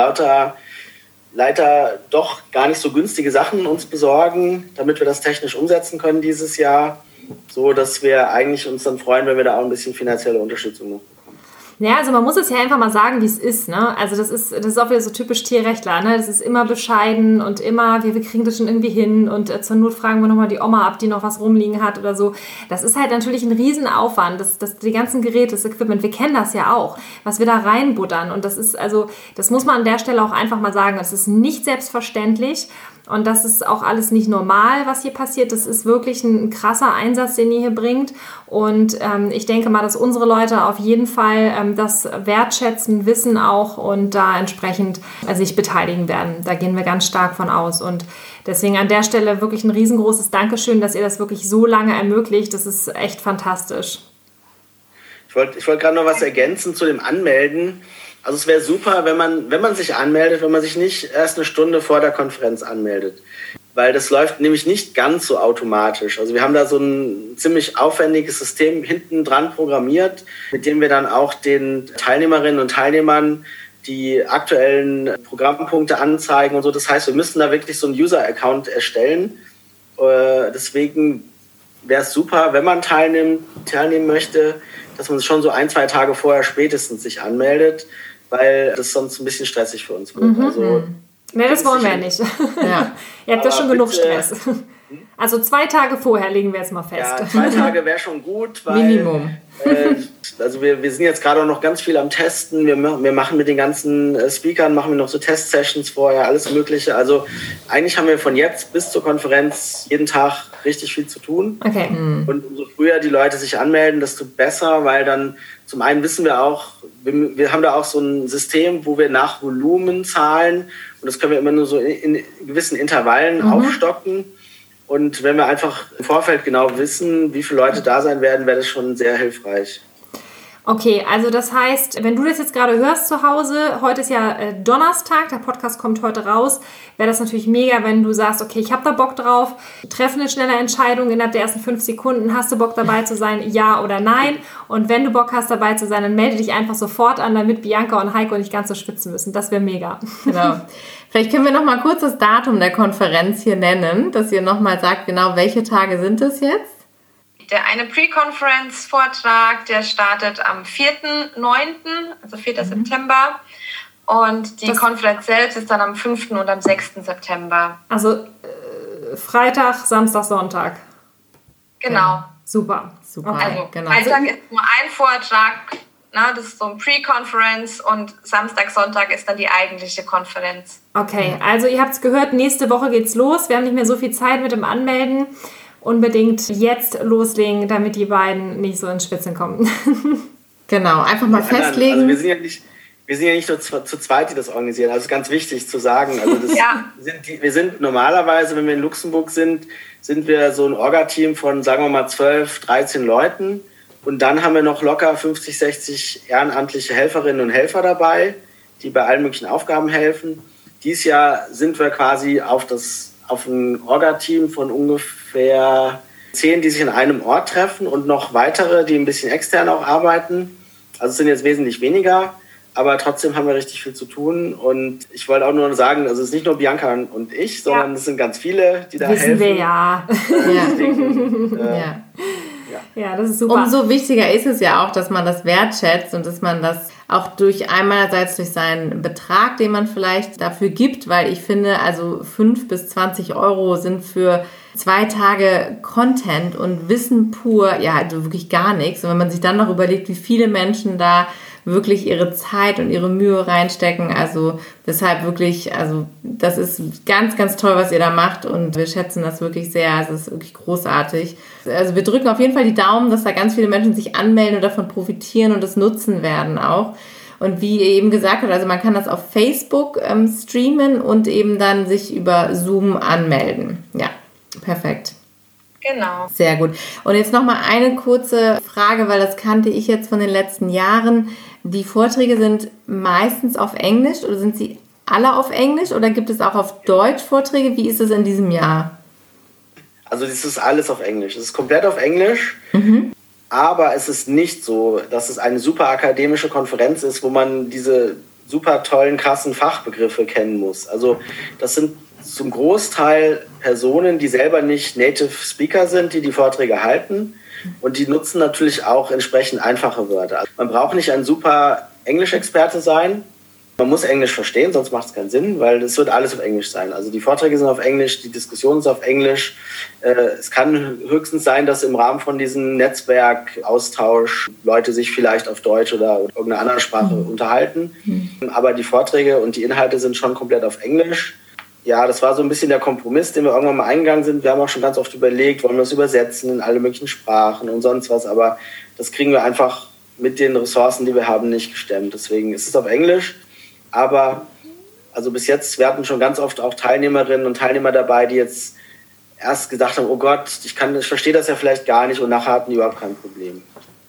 leider doch gar nicht so günstige Sachen uns besorgen, damit wir das technisch umsetzen können dieses Jahr, so dass wir eigentlich uns dann freuen, wenn wir da auch ein bisschen finanzielle Unterstützung noch bekommen.
Ja, also man muss es ja einfach mal sagen, wie es ist, ne? Also das ist auch wieder so typisch Tierrechtler, ne? Das ist immer bescheiden und immer, wir kriegen das schon irgendwie hin und zur Not fragen wir nochmal die Oma ab, die noch was rumliegen hat oder so. Das ist halt natürlich ein Riesenaufwand, die ganzen Geräte, das Equipment, wir kennen das ja auch, was wir da reinbuttern und das muss man an der Stelle auch einfach mal sagen, das ist nicht selbstverständlich. Und das ist auch alles nicht normal, was hier passiert. Das ist wirklich ein krasser Einsatz, den ihr hier bringt. Und ich denke mal, dass unsere Leute auf jeden Fall das wertschätzen, wissen auch und da entsprechend sich beteiligen werden. Da gehen wir ganz stark von aus. Und deswegen an der Stelle wirklich ein riesengroßes Dankeschön, dass ihr das wirklich so lange ermöglicht. Das ist echt fantastisch.
Ich wollte gerade noch was ergänzen zu dem Anmelden. Also es wäre super, wenn man sich anmeldet, wenn man sich nicht erst eine Stunde vor der Konferenz anmeldet. Weil das läuft nämlich nicht ganz so automatisch. Also wir haben da so ein ziemlich aufwendiges System hinten dran programmiert, mit dem wir dann auch den Teilnehmerinnen und Teilnehmern die aktuellen Programmpunkte anzeigen und so. Das heißt, wir müssen da wirklich so einen User-Account erstellen. Deswegen wäre es super, wenn man teilnehmen möchte, dass man schon so 1-2 Tage vorher spätestens sich anmeldet, weil das sonst ein bisschen stressig für uns wird.
Mhm. Also, nee, das wollen wir nicht. Ja. Ihr habt ja schon genug Stress. Also 2 Tage vorher legen wir jetzt mal fest.
Ja, 2 Tage wäre schon gut, weil
Minimum.
Also wir sind jetzt gerade auch noch ganz viel am Testen. Wir machen mit den ganzen Speakern machen wir noch so Testsessions vorher, alles Mögliche. Also eigentlich haben wir von jetzt bis zur Konferenz jeden Tag richtig viel zu tun. Okay. Und umso früher die Leute sich anmelden, desto besser, weil dann zum einen wissen wir auch, wir haben da auch so ein System, wo wir nach Volumen zahlen und das können wir immer nur so in gewissen Intervallen aufstocken. Und wenn wir einfach im Vorfeld genau wissen, wie viele Leute da sein werden, wäre das schon sehr hilfreich.
Okay, also das heißt, wenn du das jetzt gerade hörst zu Hause, heute ist ja Donnerstag, der Podcast kommt heute raus, wäre das natürlich mega, wenn du sagst, okay, ich habe da Bock drauf, treffe eine schnelle Entscheidung innerhalb der ersten 5 Sekunden, hast du Bock dabei zu sein, ja oder nein? Und wenn du Bock hast dabei zu sein, dann melde dich einfach sofort an, damit Bianca und Heiko nicht ganz so schwitzen müssen. Das wäre mega.
Genau. Vielleicht können wir noch mal kurz das Datum der Konferenz hier nennen, dass ihr noch mal sagt, genau welche Tage sind es jetzt?
Der eine Pre-Conference-Vortrag, der startet am 4.9., also 4. September. Und die Konferenz selbst ist dann am 5. und am 6. September.
Also Freitag, Samstag, Sonntag.
Genau.
Ja, super.
Super.
Okay. Also genau. Freitag ist nur ein Vortrag, ne, das ist so ein Pre-Conference, und Samstag, Sonntag ist dann die eigentliche Konferenz.
Okay, also ihr habt es gehört, nächste Woche geht's los. Wir haben nicht mehr so viel Zeit mit dem Anmelden. Unbedingt jetzt loslegen, damit die beiden nicht so ins Schwitzen kommen.
Genau, einfach mal festlegen.
Also wir sind ja nicht nur zu zweit, die das organisieren. Also ist ganz wichtig zu sagen. Also wir sind normalerweise, wenn wir in Luxemburg sind wir so ein Orga-Team von, sagen wir mal, 12, 13 Leuten. Und dann haben wir noch locker 50, 60 ehrenamtliche Helferinnen und Helfer dabei, die bei allen möglichen Aufgaben helfen. Dieses Jahr sind wir quasi auf ein Orga-Team von ungefähr 10, die sich an einem Ort treffen, und noch weitere, die ein bisschen extern auch arbeiten. Also es sind jetzt wesentlich weniger, aber trotzdem haben wir richtig viel zu tun. Und ich wollte auch nur sagen, also es ist nicht nur Bianca und ich, sondern es sind ganz viele, die da helfen.
Wissen wir ja. Ja, das ist super.
Umso wichtiger ist es ja auch, dass man das wertschätzt und dass man das auch einerseits durch seinen Betrag, den man vielleicht dafür gibt, weil ich finde, also 5 bis 20 Euro sind für 2 Tage Content und Wissen pur, ja, also wirklich gar nichts. Und wenn man sich dann noch überlegt, wie viele Menschen da wirklich ihre Zeit und ihre Mühe reinstecken, also deshalb wirklich, also das ist ganz, ganz toll, was ihr da macht, und wir schätzen das wirklich sehr, also es ist wirklich großartig. Also wir drücken auf jeden Fall die Daumen, dass da ganz viele Menschen sich anmelden und davon profitieren und das nutzen werden auch. Und wie ihr eben gesagt habt, also man kann das auf Facebook streamen und eben dann sich über Zoom anmelden. Ja, perfekt.
Genau.
Sehr gut. Und jetzt nochmal eine kurze Frage, weil das kannte ich jetzt von den letzten Jahren. Die Vorträge sind meistens auf Englisch, oder sind sie alle auf Englisch, oder gibt es auch auf Deutsch Vorträge? Wie ist es in diesem Jahr?
Also das ist alles auf Englisch. Es ist komplett auf Englisch. Aber es ist nicht so, dass es eine super akademische Konferenz ist, wo man diese super tollen, krassen Fachbegriffe kennen muss. Also das sind zum Großteil Personen, die selber nicht Native Speaker sind, die Vorträge halten. Und die nutzen natürlich auch entsprechend einfache Wörter. Also man braucht nicht ein super Englischexperte sein. Man muss Englisch verstehen, sonst macht es keinen Sinn, weil es wird alles auf Englisch sein. Also die Vorträge sind auf Englisch, die Diskussion ist auf Englisch. Es kann höchstens sein, dass im Rahmen von diesem Netzwerkaustausch Leute sich vielleicht auf Deutsch oder irgendeiner anderen Sprache unterhalten. Aber die Vorträge und die Inhalte sind schon komplett auf Englisch. Ja, das war so ein bisschen der Kompromiss, den wir irgendwann mal eingegangen sind. Wir haben auch schon ganz oft überlegt, wollen wir das übersetzen in alle möglichen Sprachen und sonst was. Aber das kriegen wir einfach mit den Ressourcen, die wir haben, nicht gestemmt. Deswegen ist es auf Englisch. Aber also bis jetzt, wir hatten schon ganz oft auch Teilnehmerinnen und Teilnehmer dabei, die jetzt erst gedacht haben, oh Gott, ich verstehe das ja vielleicht gar nicht, und nachher hatten die überhaupt kein Problem.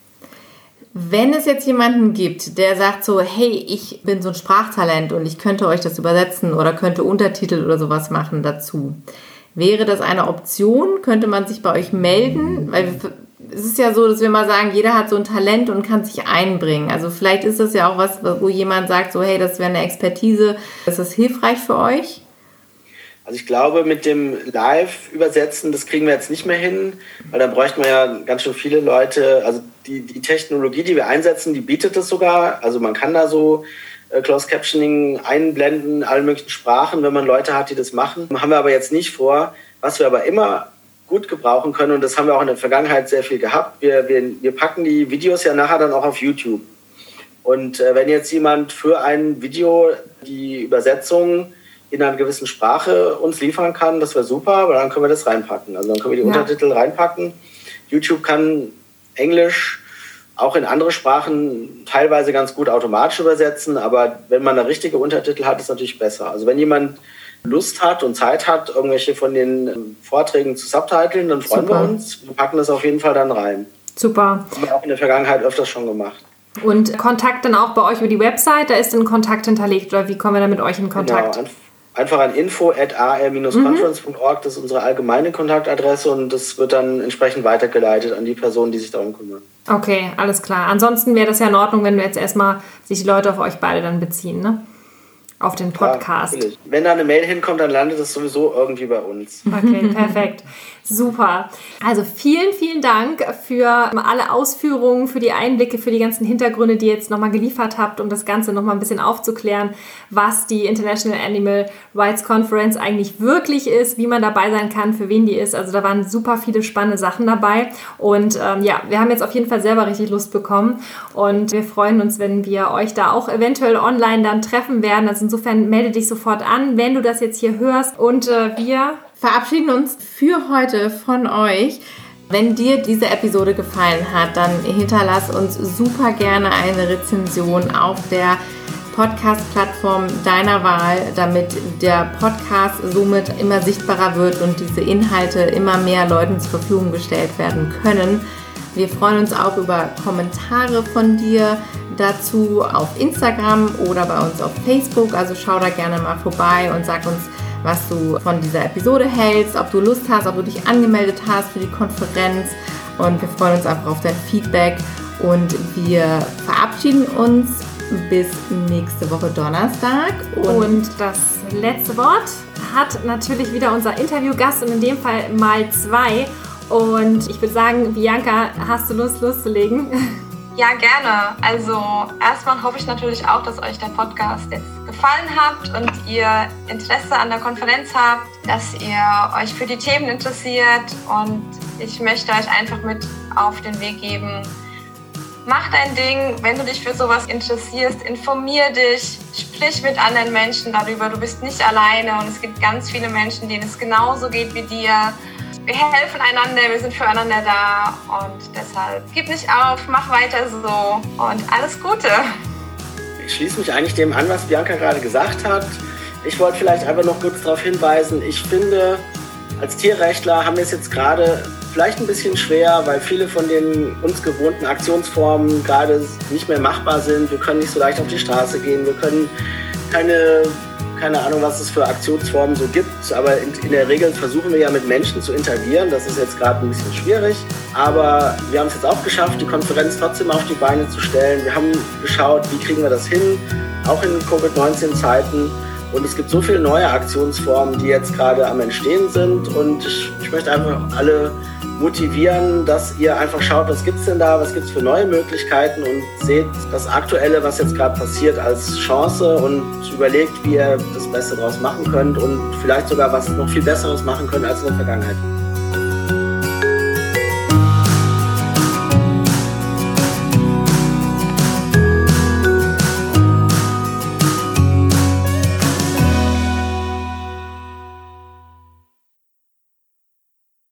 Wenn es jetzt jemanden gibt, der sagt so, hey, ich bin so ein Sprachtalent und ich könnte euch das übersetzen oder könnte Untertitel oder sowas machen dazu, wäre das eine Option? Könnte man sich bei euch melden? Weil es ist ja so, dass wir mal sagen, jeder hat so ein Talent und kann sich einbringen. Also vielleicht ist das ja auch was, wo jemand sagt so, hey, das wäre eine Expertise. Ist das hilfreich für euch?
Also ich glaube, mit dem Live-Übersetzen, das kriegen wir jetzt nicht mehr hin, weil da bräuchten wir ja ganz schön viele Leute. Also die Technologie, die wir einsetzen, die bietet das sogar. Also man kann da so Closed Captioning einblenden, alle möglichen Sprachen, wenn man Leute hat, die das machen. Haben wir aber jetzt nicht vor. Was wir aber immer gut gebrauchen können, und das haben wir auch in der Vergangenheit sehr viel gehabt, wir packen die Videos ja nachher dann auch auf YouTube. Und wenn jetzt jemand für ein Video die Übersetzung in einer gewissen Sprache uns liefern kann, das wäre super, weil dann können wir das reinpacken. Also dann können wir die Untertitel reinpacken. YouTube kann Englisch auch in andere Sprachen teilweise ganz gut automatisch übersetzen, aber wenn man da richtige Untertitel hat, ist es natürlich besser. Also wenn jemand Lust hat und Zeit hat, irgendwelche von den Vorträgen zu subtiteln, dann freuen wir uns. Wir packen das auf jeden Fall dann rein.
Super.
Haben wir auch in der Vergangenheit öfters schon gemacht.
Und Kontakt dann auch bei euch über die Website, da ist dann Kontakt hinterlegt oder wie kommen wir dann mit euch in Kontakt?
Genau, einfach an info@ar-conference.org, das ist unsere allgemeine Kontaktadresse und das wird dann entsprechend weitergeleitet an die Personen, die sich darum kümmern.
Okay, alles klar. Ansonsten wäre das ja in Ordnung, wenn wir jetzt erstmal sich die Leute auf euch beide dann beziehen, ne? Auf den Podcast.
Ja, wenn da eine Mail hinkommt, dann landet es sowieso irgendwie bei uns.
Okay, perfekt. Super. Also vielen, vielen Dank für alle Ausführungen, für die Einblicke, für die ganzen Hintergründe, die ihr jetzt nochmal geliefert habt, um das Ganze nochmal ein bisschen aufzuklären, was die International Animal Rights Conference eigentlich wirklich ist, wie man dabei sein kann, für wen die ist. Also da waren super viele spannende Sachen dabei. Und wir haben jetzt auf jeden Fall selber richtig Lust bekommen. Und wir freuen uns, wenn wir euch da auch eventuell online dann treffen werden. Also insofern melde dich sofort an, wenn du das jetzt hier hörst. Und wir
verabschieden uns für heute von euch. Wenn dir diese Episode gefallen hat, dann hinterlass uns super gerne eine Rezension auf der Podcast-Plattform deiner Wahl, damit der Podcast somit immer sichtbarer wird und diese Inhalte immer mehr Leuten zur Verfügung gestellt werden können. Wir freuen uns auch über Kommentare von dir dazu auf Instagram oder bei uns auf Facebook. Also schau da gerne mal vorbei und sag uns, was du von dieser Episode hältst, ob du Lust hast, ob du dich angemeldet hast für die Konferenz. Und wir freuen uns einfach auf dein Feedback. Und wir verabschieden uns bis nächste Woche Donnerstag.
Und das letzte Wort hat natürlich wieder unser Interviewgast und in dem Fall mal 2. Und ich würde sagen, Bianca, hast du Lust loszulegen?
Ja, gerne. Also erstmal hoffe ich natürlich auch, dass euch der Podcast jetzt gefallen hat und ihr Interesse an der Konferenz habt, dass ihr euch für die Themen interessiert und ich möchte euch einfach mit auf den Weg geben. Mach dein Ding, wenn du dich für sowas interessierst, informier dich, sprich mit anderen Menschen darüber, du bist nicht alleine und es gibt ganz viele Menschen, denen es genauso geht wie dir. Wir helfen einander, wir sind füreinander da und deshalb gib nicht auf, mach weiter so und alles Gute.
Ich schließe mich eigentlich dem an, was Bianca gerade gesagt hat. Ich wollte vielleicht einfach noch kurz darauf hinweisen, ich finde, als Tierrechtler haben wir es jetzt gerade vielleicht ein bisschen schwer, weil viele von den uns gewohnten Aktionsformen gerade nicht mehr machbar sind. Wir können nicht so leicht auf die Straße gehen, wir können keine Ahnung, was es für Aktionsformen so gibt, aber in der Regel versuchen wir ja mit Menschen zu interagieren. Das ist jetzt gerade ein bisschen schwierig, aber wir haben es jetzt auch geschafft, die Konferenz trotzdem auf die Beine zu stellen. Wir haben geschaut, wie kriegen wir das hin, auch in Covid-19-Zeiten. Und es gibt so viele neue Aktionsformen, die jetzt gerade am Entstehen sind. Und ich möchte einfach alle motivieren, dass ihr einfach schaut, was gibt's denn da, was gibt's für neue Möglichkeiten und seht das Aktuelle, was jetzt gerade passiert, als Chance und überlegt, wie ihr das Beste draus machen könnt und vielleicht sogar was noch viel Besseres machen könnt als in der Vergangenheit.